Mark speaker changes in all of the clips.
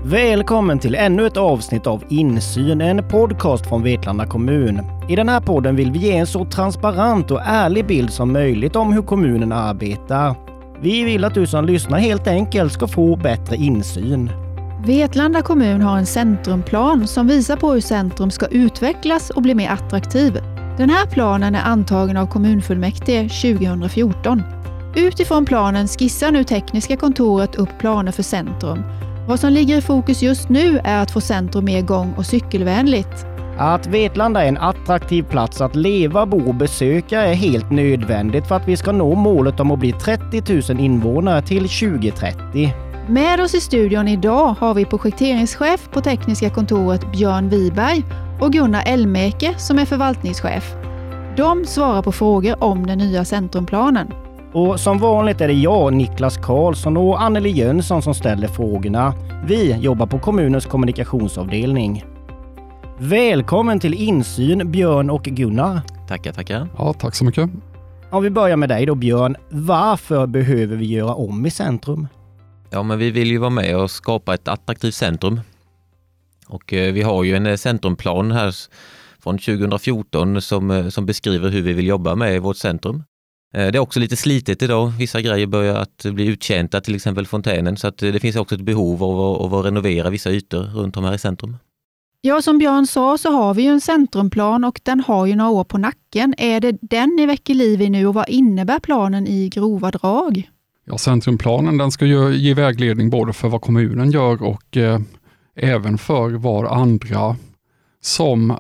Speaker 1: Välkommen till ännu ett avsnitt av Insyn, en podcast från Vetlanda kommun. I den här podden vill vi ge en så transparent och ärlig bild som möjligt om hur kommunen arbetar. Vi vill att du som lyssnar helt enkelt ska få bättre insyn.
Speaker 2: Vetlanda kommun har en centrumplan som visar på hur centrum ska utvecklas och bli mer attraktiv. Den här planen är antagen av kommunfullmäktige 2014. Utifrån planen skissar nu tekniska kontoret upp planer för centrum. Vad som ligger i fokus just nu är att få centrum mer gång- och cykelvänligt.
Speaker 1: Att Vetlanda är en attraktiv plats att leva, bo och besöka är helt nödvändigt för att vi ska nå målet om att bli 30 000 invånare till 2030.
Speaker 2: Med oss i studion idag har vi projekteringschef på tekniska kontoret Björn Wiberg och Gunnar Elmeke som är förvaltningschef. De svarar på frågor om den nya centrumplanen.
Speaker 1: Och som vanligt är det jag, Niklas Karlsson och Anneli Jönsson som ställer frågorna. Vi jobbar på kommunens kommunikationsavdelning. Välkommen till Insyn, Björn och Gunnar.
Speaker 3: Tackar.
Speaker 4: Ja, tack så mycket.
Speaker 1: Om vi börjar med dig då, Björn. Varför behöver vi göra om i centrum?
Speaker 3: Ja, men vi vill ju vara med och skapa ett attraktivt centrum. Och vi har ju en centrumplan här från 2014 som beskriver hur vi vill jobba med vårt centrum. Det är också lite slitet idag. Vissa grejer börjar att bli uttjänta, till exempel fontänen. Så att det finns också ett behov av att renovera vissa ytor runt om här i centrum.
Speaker 2: Ja, som Björn sa så har vi ju en centrumplan och den har ju några år på nacken. Är det den ni väcker liv i nu och vad innebär planen i grova drag?
Speaker 4: Ja, centrumplanen den ska ju ge vägledning både för vad kommunen gör och även för vad andra som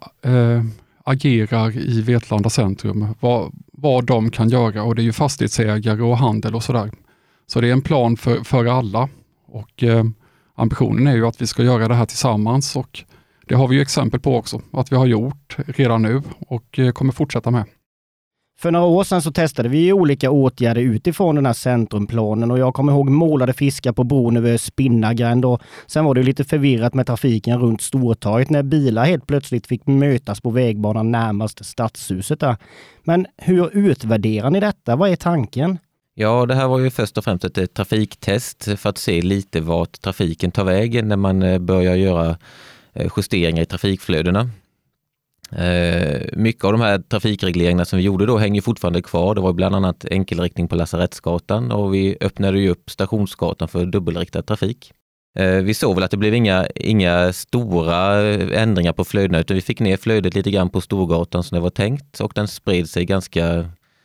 Speaker 4: agerar i Vetlanda centrum, vad de kan göra, och det är ju fastighetsägare och handel och sådär. Så det är en plan för alla och ambitionen är ju att vi ska göra det här tillsammans, och det har vi ju exempel på också att vi har gjort redan nu och kommer fortsätta med.
Speaker 1: För några år sedan så testade vi olika åtgärder utifrån den här centrumplanen och jag kommer ihåg målade fiskar på bron över Spinnagränd och sen var det lite förvirrat med trafiken runt Stortorget när bilar helt plötsligt fick mötas på vägbanan närmast stadshuset där. Men hur utvärderar ni detta? Vad är tanken?
Speaker 3: Ja, det här var ju först och främst ett trafiktest för att se lite vart trafiken tar vägen när man börjar göra justeringar i trafikflödena. Mycket av de här trafikregleringarna som vi gjorde då hänger fortfarande kvar. Det var bland annat enkelriktning på Lasarettsgatan och vi öppnade ju upp Stationsgatan för dubbelriktad trafik. Vi såg väl att det blev inga stora ändringar på flödena, utan vi fick ner flödet lite grann på Storgatan som det var tänkt, och den spred sig ganska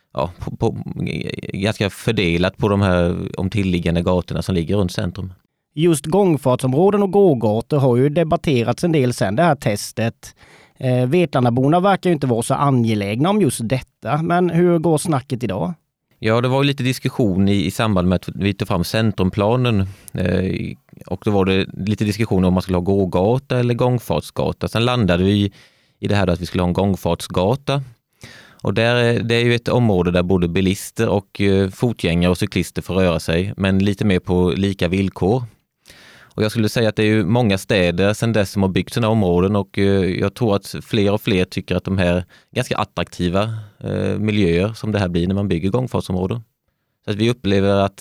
Speaker 3: fördelat på de här omtillliggande gatorna som ligger runt centrum. Just gångfartsområden och gågator har ju debatterats en del sedan det här testet. Vetlandaborna verkar ju inte vara så angelägna om just detta, men hur går snacket idag? Ja, det var ju lite diskussion i samband med att vi tog fram centrumplanen och då var det lite diskussion om man skulle ha gågata eller gångfartsgata. Sen landade vi i det här då att vi skulle ha en gångfartsgata. Och det är ju ett område där både bilister och fotgängare och cyklister får röra sig, men lite mer på lika villkor. Och jag skulle säga att det är ju många städer sedan dess som har byggt sådana områden, och jag tror att fler och fler tycker att de här ganska attraktiva miljöer som det här blir när man bygger gångfartsområden. Så att vi upplever att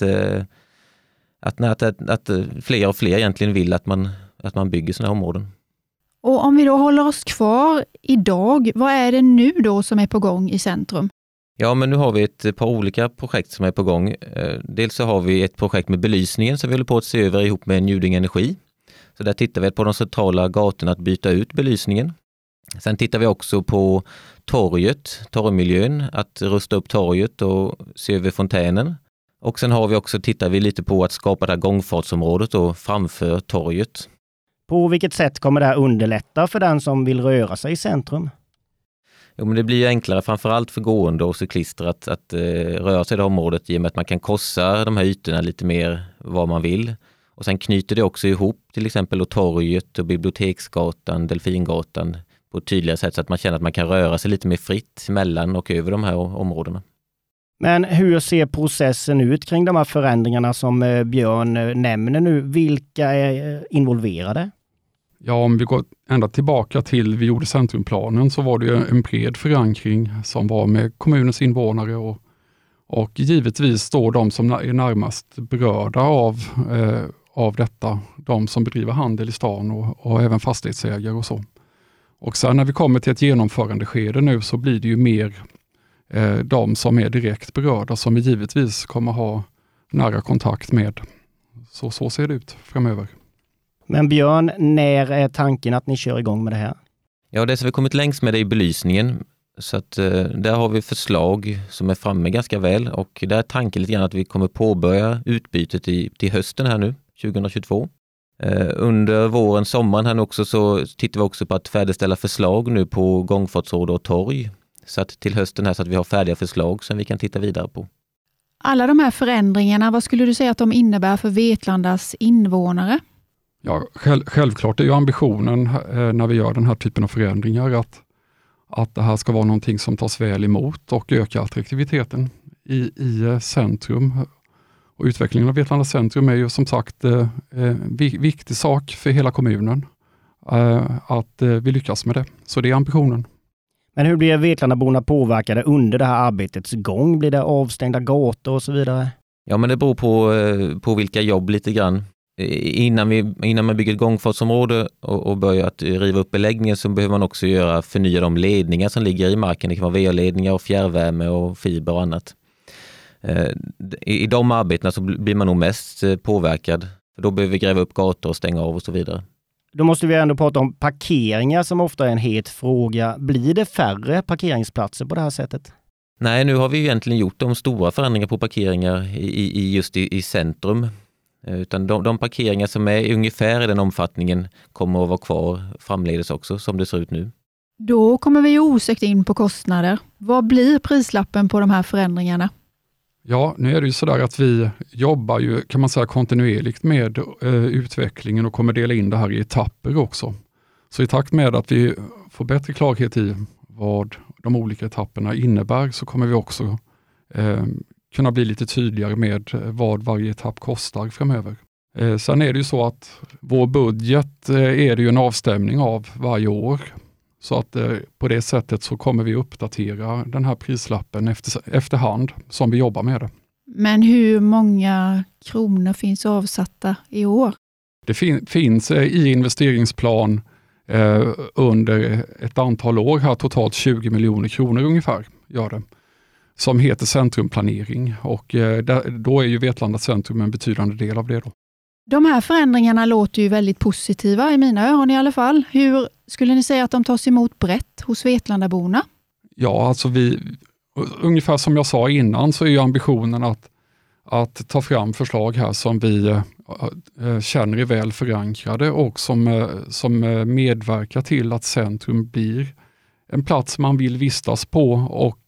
Speaker 3: fler och fler egentligen vill att man bygger sådana områden.
Speaker 2: Och om vi då håller oss kvar idag, vad är det nu då som är på gång i centrum?
Speaker 3: Ja, men nu har vi ett par olika projekt som är på gång. Dels så har vi ett projekt med belysningen som vi håller på att se över ihop med Njuding Energi. Så där tittar vi på de centrala gatorna att byta ut belysningen. Sen tittar vi också på torgmiljön, att rusta upp torget och se över fontänen. Och sen tittar vi lite på att skapa det här gångfartsområdet då framför torget. På vilket sätt kommer det här underlätta för den som vill röra sig i centrum? Jo, men det blir enklare framförallt för gående och cyklister att röra sig i det området i och med att man kan korsa de här ytorna lite mer vad man vill. Och sen knyter det också ihop till exempel torget och Biblioteksgatan, Delfingatan på ett tydligare sätt så att man känner att man kan röra sig lite mer fritt mellan och över de här områdena. Men hur ser processen ut kring de här förändringarna som Björn nämner nu? Vilka är involverade?
Speaker 4: Ja, om vi går ända tillbaka till vi gjorde centrumplanen så var det en bred förankring som var med kommunens invånare och givetvis då de som är närmast berörda av detta. De som bedriver handel i stan och även fastighetsägare och så. Och sen när vi kommer till ett genomförandeskede nu så blir det ju mer de som är direkt berörda som vi givetvis kommer ha nära kontakt med. Så ser det ut framöver.
Speaker 1: Men Björn, när är tanken att ni kör igång med det här?
Speaker 3: Ja, det som vi kommit längst med är i belysningen. Så att där har vi förslag som är framme ganska väl och där är tanken lite grann att vi kommer påbörja utbytet till hösten här nu, 2022. Under våren, sommaren här också så tittar vi också på att färdigställa förslag nu på gångfartsråd och torg. Så att till hösten här så att vi har färdiga förslag som vi kan titta vidare på.
Speaker 2: Alla de här förändringarna, vad skulle du säga att de innebär för Vetlandas invånare?
Speaker 4: Ja, självklart är ju ambitionen när vi gör den här typen av förändringar att det här ska vara någonting som tas väl emot och öka attraktiviteten i centrum. Och utvecklingen av Vetlanda centrum är ju som sagt en viktig sak för hela kommunen att vi lyckas med det. Så det är ambitionen.
Speaker 1: Men hur blir Vetlandaborna påverkade under det här arbetets gång? Blir det avstängda gator och så vidare?
Speaker 3: Ja, men det beror på vilka jobb lite grann. Innan man bygger ett gångfartsområde och börjar att riva upp beläggningen så behöver man också förnya de ledningar som ligger i marken. Det kan vara VA-ledningar och fjärrvärme och fiber och annat. I de arbetena så blir man nog mest påverkad. För då behöver vi gräva upp gator och stänga av och så vidare.
Speaker 1: Då måste vi ändå prata om parkeringar som ofta är en het fråga. Blir det färre parkeringsplatser på det här sättet?
Speaker 3: Nej, nu har vi egentligen gjort de stora förändringar på parkeringar just i centrum. Utan de parkeringar som är ungefär i den omfattningen kommer att vara kvar framledes också som det ser ut nu.
Speaker 2: Då kommer vi osökt in på kostnader. Vad blir prislappen på de här förändringarna?
Speaker 4: Ja, nu är det ju sådär att vi jobbar ju, kan man säga, kontinuerligt med utvecklingen och kommer dela in det här i etapper också. Så i takt med att vi får bättre klarhet i vad de olika etapperna innebär så kommer vi också kunna bli lite tydligare med vad varje etapp kostar framöver. Sen är det ju så att vår budget är det ju en avstämning av varje år. Så att på det sättet så kommer vi uppdatera den här prislappen efterhand som vi jobbar med det.
Speaker 2: Men hur många kronor finns avsatta i år?
Speaker 4: Det finns i investeringsplan under ett antal år här totalt 20 miljoner kronor ungefär gör det. Som heter centrumplanering och då är ju Vetlanda centrum en betydande del av det då.
Speaker 2: De här förändringarna låter ju väldigt positiva i mina öron i alla fall. Hur skulle ni säga att de tas emot brett hos Vetlandaborna?
Speaker 4: Ja, alltså ungefär som jag sa innan så är ju ambitionen att ta fram förslag här som vi känner är väl förankrade och som medverkar till att centrum blir en plats man vill vistas på och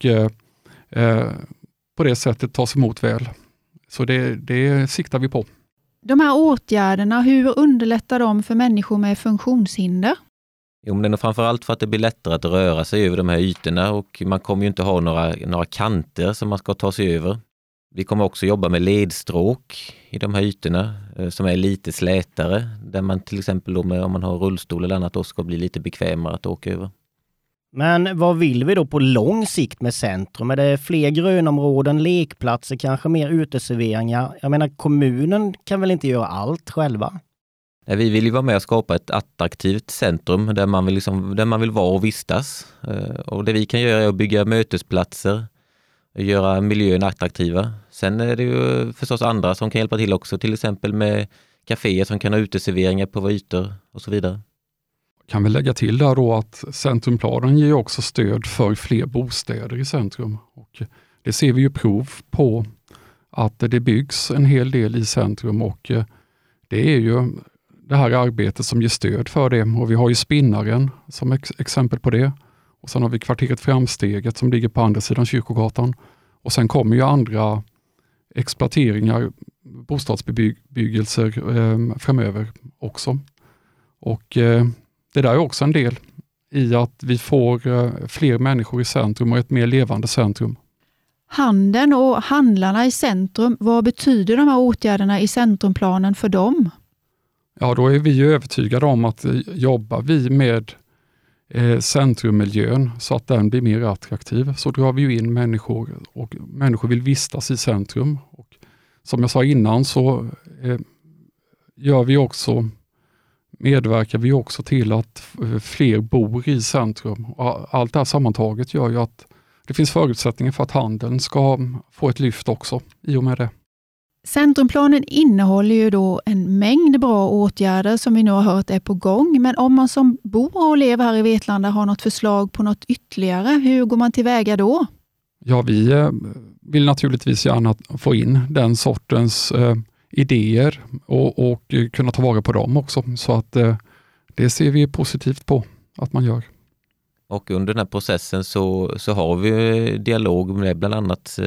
Speaker 4: på det sättet tas emot väl. Så det siktar vi på.
Speaker 2: De här åtgärderna, hur underlättar de för människor med funktionshinder?
Speaker 3: Jo, men det är framförallt för att det blir lättare att röra sig över de här ytorna och man kommer ju inte ha några kanter som man ska ta sig över. Vi kommer också jobba med ledstråk i de här ytorna som är lite slätare där man till exempel då om man har rullstol eller annat då ska bli lite bekvämare att åka över.
Speaker 1: Men vad vill vi då på lång sikt med centrum? Är det fler grönområden, lekplatser, kanske mer uteserveringar? Jag menar, kommunen kan väl inte göra allt själva?
Speaker 3: Nej, vi vill ju vara med och skapa ett attraktivt centrum där man vill vara och vistas. Och det vi kan göra är att bygga mötesplatser och göra miljön attraktiva. Sen är det ju förstås andra som kan hjälpa till också, till exempel med kaféer som kan ha uteserveringar på våra ytor och så vidare.
Speaker 4: Kan vi lägga till där då att centrumplanen ger också stöd för fler bostäder i centrum. Och det ser vi ju prov på att det byggs en hel del i centrum och det är ju det här arbetet som ger stöd för det. Och vi har ju Spinnaren som exempel på det. Och sen har vi kvarteret Framsteget som ligger på andra sidan Kyrkogatan. Och sen kommer ju andra exploateringar, bostadsbebyggelser framöver också. Och det där är också en del i att vi får fler människor i centrum och ett mer levande centrum.
Speaker 2: Handeln och handlarna i centrum, vad betyder de här åtgärderna i centrumplanen för dem?
Speaker 4: Ja, då är vi ju övertygade om att jobbar vi med centrummiljön så att den blir mer attraktiv så drar vi ju in människor och människor vill vistas i centrum. Och som jag sa innan så medverkar vi också till att fler bor i centrum. Och allt det här sammantaget gör ju att det finns förutsättningar för att handeln ska få ett lyft också i och med det.
Speaker 2: Centrumplanen innehåller ju då en mängd bra åtgärder som vi nu har hört är på gång. Men om man som bor och lever här i Vetlanda har något förslag på något ytterligare, hur går man tillväga då?
Speaker 4: Ja, vi vill naturligtvis gärna få in den sortens idéer och kunna ta vara på dem också. Så att det ser vi positivt på att man gör.
Speaker 3: Och under den här processen så har vi dialog med bland annat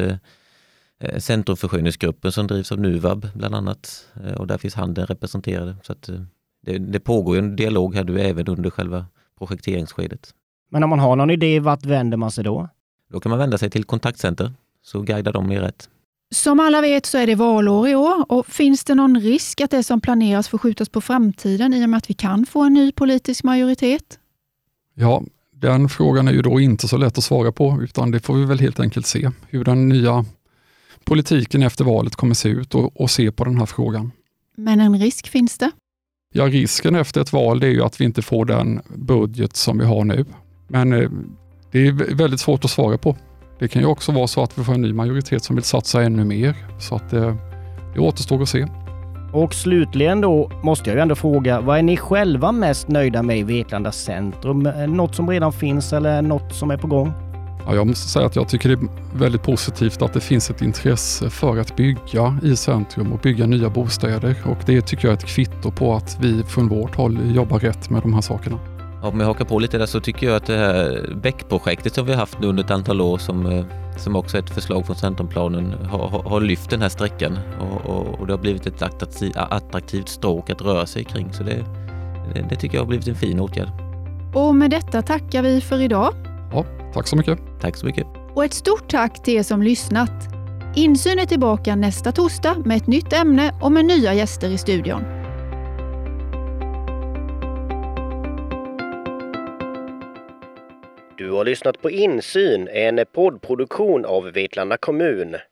Speaker 3: Centrumförsörjningsgruppen som drivs av NUVAB bland annat. Och där finns handeln representerade. Så att det pågår en dialog här nu även under själva projekteringsskedet.
Speaker 1: Men om man har någon idé, vart vänder man sig då?
Speaker 3: Då kan man vända sig till kontaktcenter så guidar de er rätt.
Speaker 2: Som alla vet så är det valår i år och finns det någon risk att det som planeras får skjutas på framtiden i och med att vi kan få en ny politisk majoritet?
Speaker 4: Ja, den frågan är ju då inte så lätt att svara på, utan det får vi väl helt enkelt se hur den nya politiken efter valet kommer se ut och se på den här frågan.
Speaker 2: Men en risk finns det?
Speaker 4: Ja, risken efter ett val det är ju att vi inte får den budget som vi har nu. Men det är väldigt svårt att svara på. Det kan ju också vara så att vi får en ny majoritet som vill satsa ännu mer. Så att det återstår att se.
Speaker 1: Och slutligen då måste jag ju ändå fråga, vad är ni själva mest nöjda med i Vetlanda centrum? Något som redan finns eller något som är på gång?
Speaker 4: Ja, jag måste säga att jag tycker det är väldigt positivt att det finns ett intresse för att bygga i centrum och bygga nya bostäder. Och det tycker jag är ett kvitto på att vi från vårt håll jobbar rätt med de här sakerna.
Speaker 3: Om jag hakar på lite där så tycker jag att det här Bäckprojektet som vi har haft nu under ett antal år som också är ett förslag från centrumplanen har lyft den här sträckan och det har blivit ett attraktivt stråk att röra sig kring. Så det tycker jag har blivit en fin åtgärd.
Speaker 2: Och med detta tackar vi för idag.
Speaker 4: Ja, tack så mycket.
Speaker 3: Tack så mycket.
Speaker 2: Och ett stort tack till er som lyssnat. Insyn är tillbaka nästa torsdag med ett nytt ämne och med nya gäster i studion.
Speaker 1: Du har lyssnat på Insyn, en poddproduktion av Vetlanda kommun.